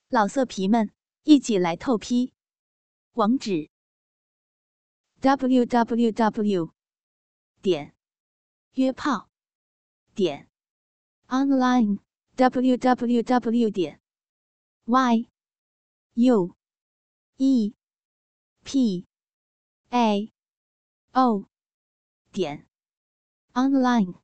老色皮们，一起来透批！网址 www.约炮online www.yuepao.online。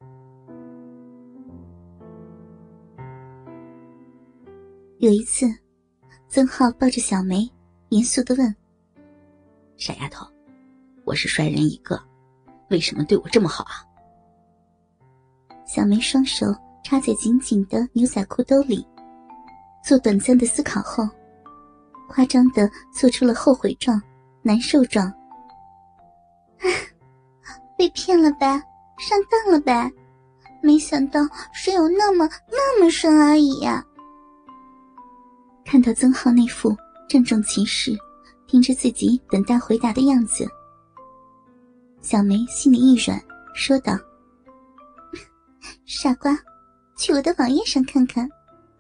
有一次，曾浩抱着小梅，严肃地问：“ 傻丫头，我是衰人一个，为什么对我这么好啊？” 小梅双手插在紧紧的牛仔裤兜里，做短暂的思考后，夸张地做出了后悔状、难受状。被骗了呗，上当了呗，没想到水有那么深而已呀。看到曾浩那副郑重其事盯着自己等待回答的样子，小梅心里一软，说道：“傻瓜，去我的网页上看看。”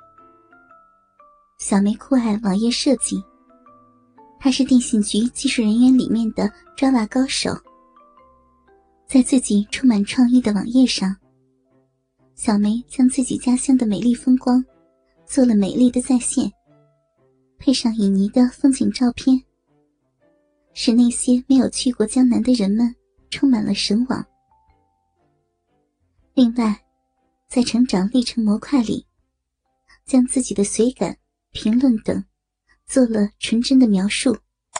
小梅酷爱网页设计，她是电信局技术人员里面的Java高手。在自己充满创意的网页上，小梅将自己家乡的美丽风光做了美丽的再现，配上旖旎的风景照片，使那些没有去过江南的人们充满了神往。另外，在成长历程模块里，将自己的随感、评论等做了纯真的描述。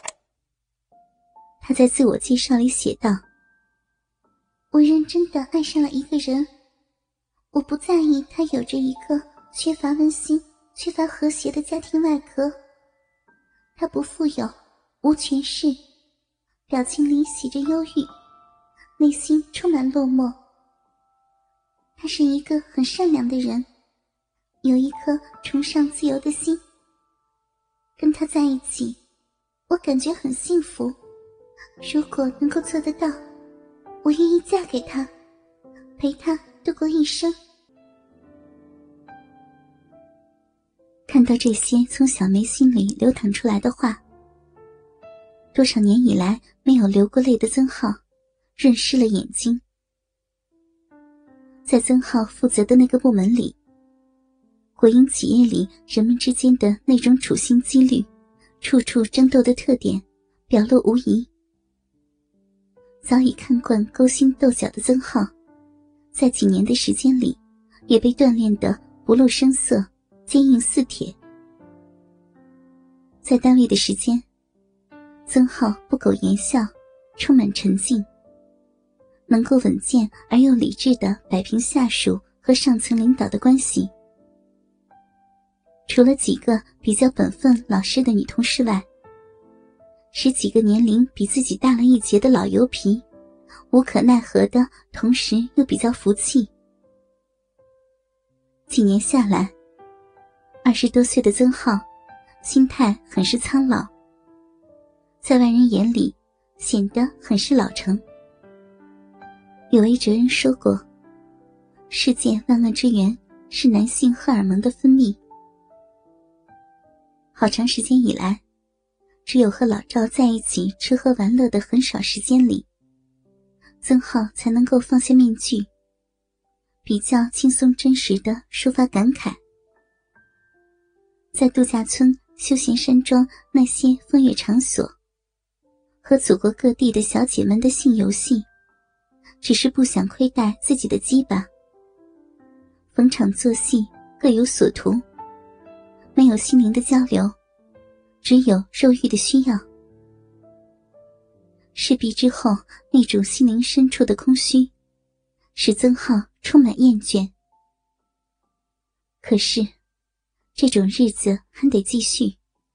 他在自我介绍里写道：“我认真地爱上了一个人，我不在意他有着一个缺乏温馨、缺乏和谐的家庭外壳。他不富有，无权势，表情里写着忧郁，内心充满落寞。他是一个很善良的人，有一颗崇尚自由的心。跟他在一起，我感觉很幸福。如果能够做得到，我愿意嫁给他，陪他度过一生。”看到这些从小梅心里流淌出来的话，多少年以来没有流过泪的曾浩润湿了眼睛。在曾浩负责的那个部门里，国营企业里人们之间的那种处心积虑、处处争斗的特点表露无遗。早已看惯勾心斗角的曾浩，在几年的时间里也被锻炼得不露声色，坚硬似铁。在单位的时间，曾浩不苟言笑，充满沉静，能够稳健而又理智地摆平下属和上层领导的关系。除了几个比较本分老实的女同事外，10几个年龄比自己大了一截的老油皮，无可奈何的同时又比较服气。几年下来，20多岁的曾浩心态很是苍老，在外人眼里显得很是老成。有位哲人说过，世界万恶之源是男性荷尔蒙的分泌。好长时间以来，只有和老赵在一起吃喝玩乐的很少时间里，曾浩才能够放下面具，比较轻松真实地抒发感慨。在度假村、休闲山庄那些风月场所，和祖国各地的小姐们的性游戏，只是不想亏待自己的鸡巴。逢场作戏，各有所图，没有心灵的交流，只有肉欲的需要。事毕之后，那种心灵深处的空虚，使曾浩充满厌倦。可是，这种日子还得继续。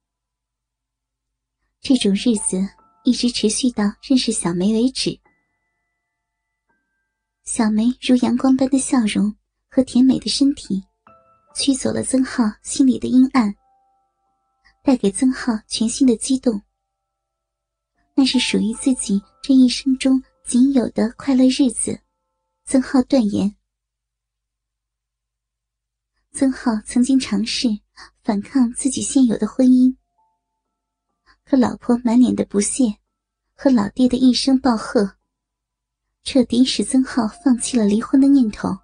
这种日子一直持续到认识小梅为止。小梅如阳光般的笑容和甜美的身体，驱走了曾浩心里的阴暗，带给曾浩全新的激动。那是属于自己这一生中仅有的快乐日子，曾浩断言。曾浩曾经尝试反抗自己现有的婚姻。可老婆满脸的不屑和老爹的一声暴喝，彻底使曾浩放弃了离婚的念头。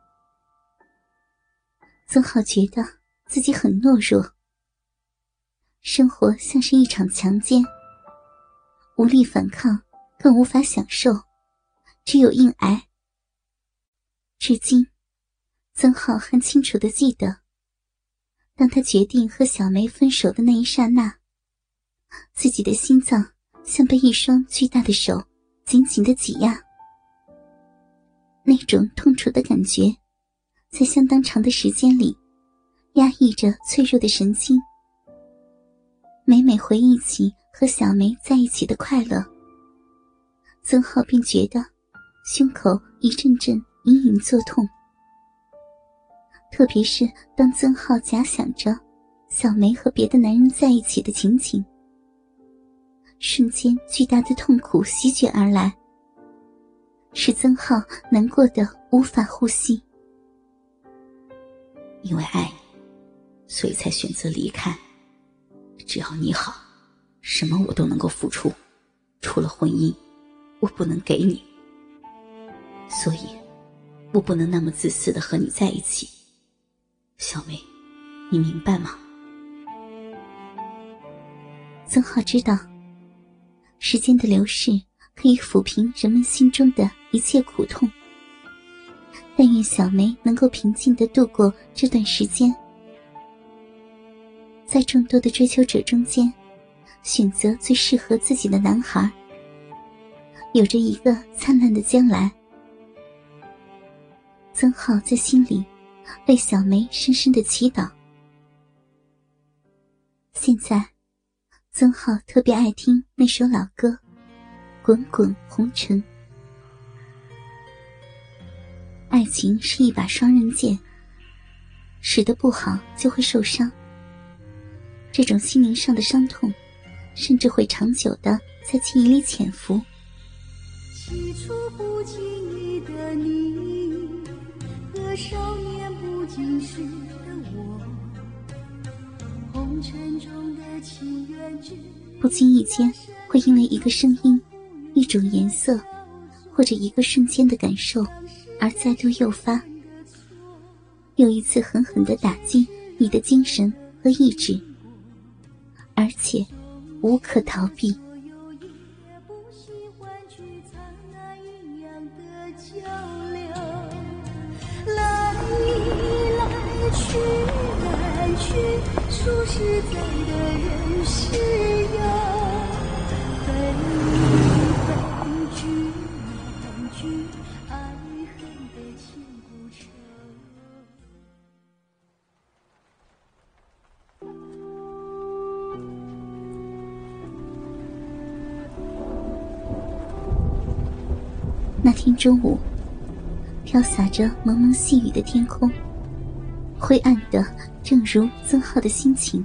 曾浩觉得自己很懦弱，生活像是一场强奸，无力反抗，更无法享受，只有硬挨。至今，曾浩还清楚地记得，当他决定和小梅分手的那一刹那，自己的心脏像被一双巨大的手紧紧地挤压。那种痛楚的感觉在相当长的时间里压抑着脆弱的神经。每每回忆起和小梅在一起的快乐，曾浩便觉得胸口一阵阵隐隐作痛。特别是当曾浩假想着小梅和别的男人在一起的情景，瞬间巨大的痛苦席卷而来，使曾浩难过得无法呼吸。 因为爱你，所以才选择离开。只要你好，什么我都能够付出，除了婚姻，我不能给你。所以，我不能那么自私地和你在一起。小梅，你明白吗？ 曾浩知道，时间的流逝可以抚平人们心中的一切苦痛，但愿小梅能够平静地度过这段时间，在众多的追求者中间选择最适合自己的男孩，有着一个灿烂的将来。曾浩在心里为小梅深深的祈祷。现在曾浩特别爱听那首老歌《滚滚红尘》。爱情是一把双刃剑，使得不好就会受伤，这种心灵上的伤痛甚至会长久地在记忆里潜伏。 起初不经意的你和少年不经事的我，红尘中的情缘不经意间会因为一个声音、一种颜色或者一个瞬间的感受而再度诱发，又一次狠狠地打击你的精神和意志，而且无可逃避。 来去，说实在的人世呀，分离分聚难聚，爱恨的千古愁。 那天中午，飘洒着蒙蒙细雨的天空，灰暗的正如曾浩的心情。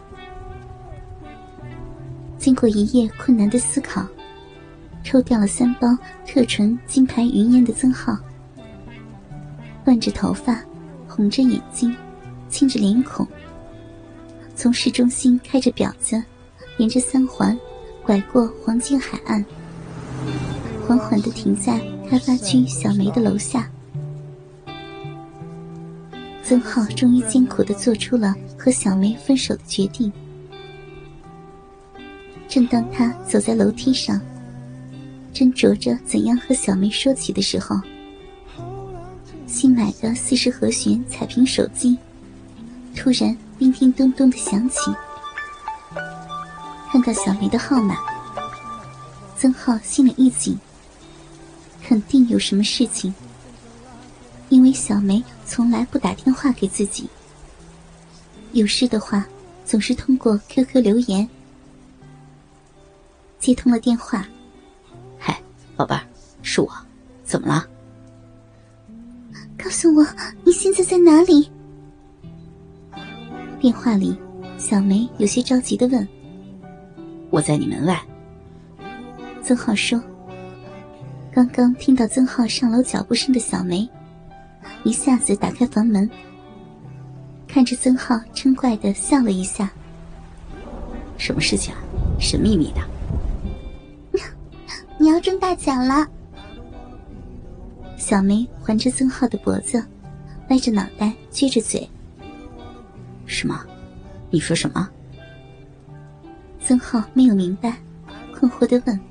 经过一夜困难的思考，抽掉了3包特纯金牌云烟的曾浩，乱着头发，红着眼睛，青着脸孔，从市中心开着表子，沿着3环拐过黄金海岸，缓缓地停在开发区小梅的楼下。曾浩终于艰苦地做出了和小梅分手的决定。正当他走在楼梯上，斟酌着怎样和小梅说起的时候，新买的40和弦彩屏手机突然叮叮咚咚地响起。看到小梅的号码，曾浩心里一紧，肯定有什么事情，因为小梅从来不打电话给自己，有事的话总是通过 QQ 留言。接通了电话。 嗨，宝贝儿，是我，怎么了？ 告诉我你现在在哪里？电话里小梅有些着急地问。 我在你门外。 曾浩说。刚刚听到曾浩上楼脚步声的小梅一下子打开房门， 看着曾浩嗔怪地笑了一下。 什么事情啊？神秘秘的。 你要中大奖了。小梅环着曾浩的脖子，歪着脑袋撅着嘴。 什么？你说什么？ 曾浩没有明白，困惑地问：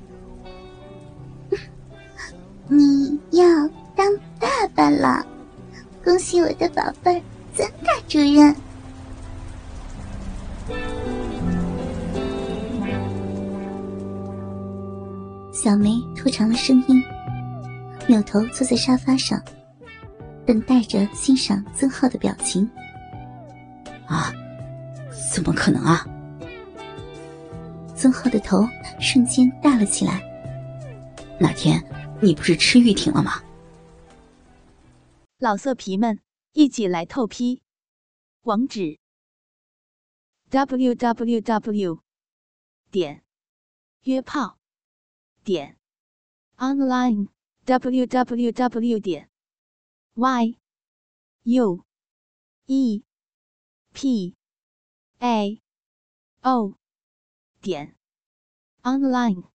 你要当爸爸了，恭喜我的宝贝儿曾大主任。小梅拖长了声音，扭头坐在沙发上，等待着欣赏曾浩的表情。 啊，怎么可能啊？ 曾浩的头瞬间大了起来。 那天你不是吃玉婷了吗？ 老色皮们，一起来透批！网址 www.约炮online www.yuepao.online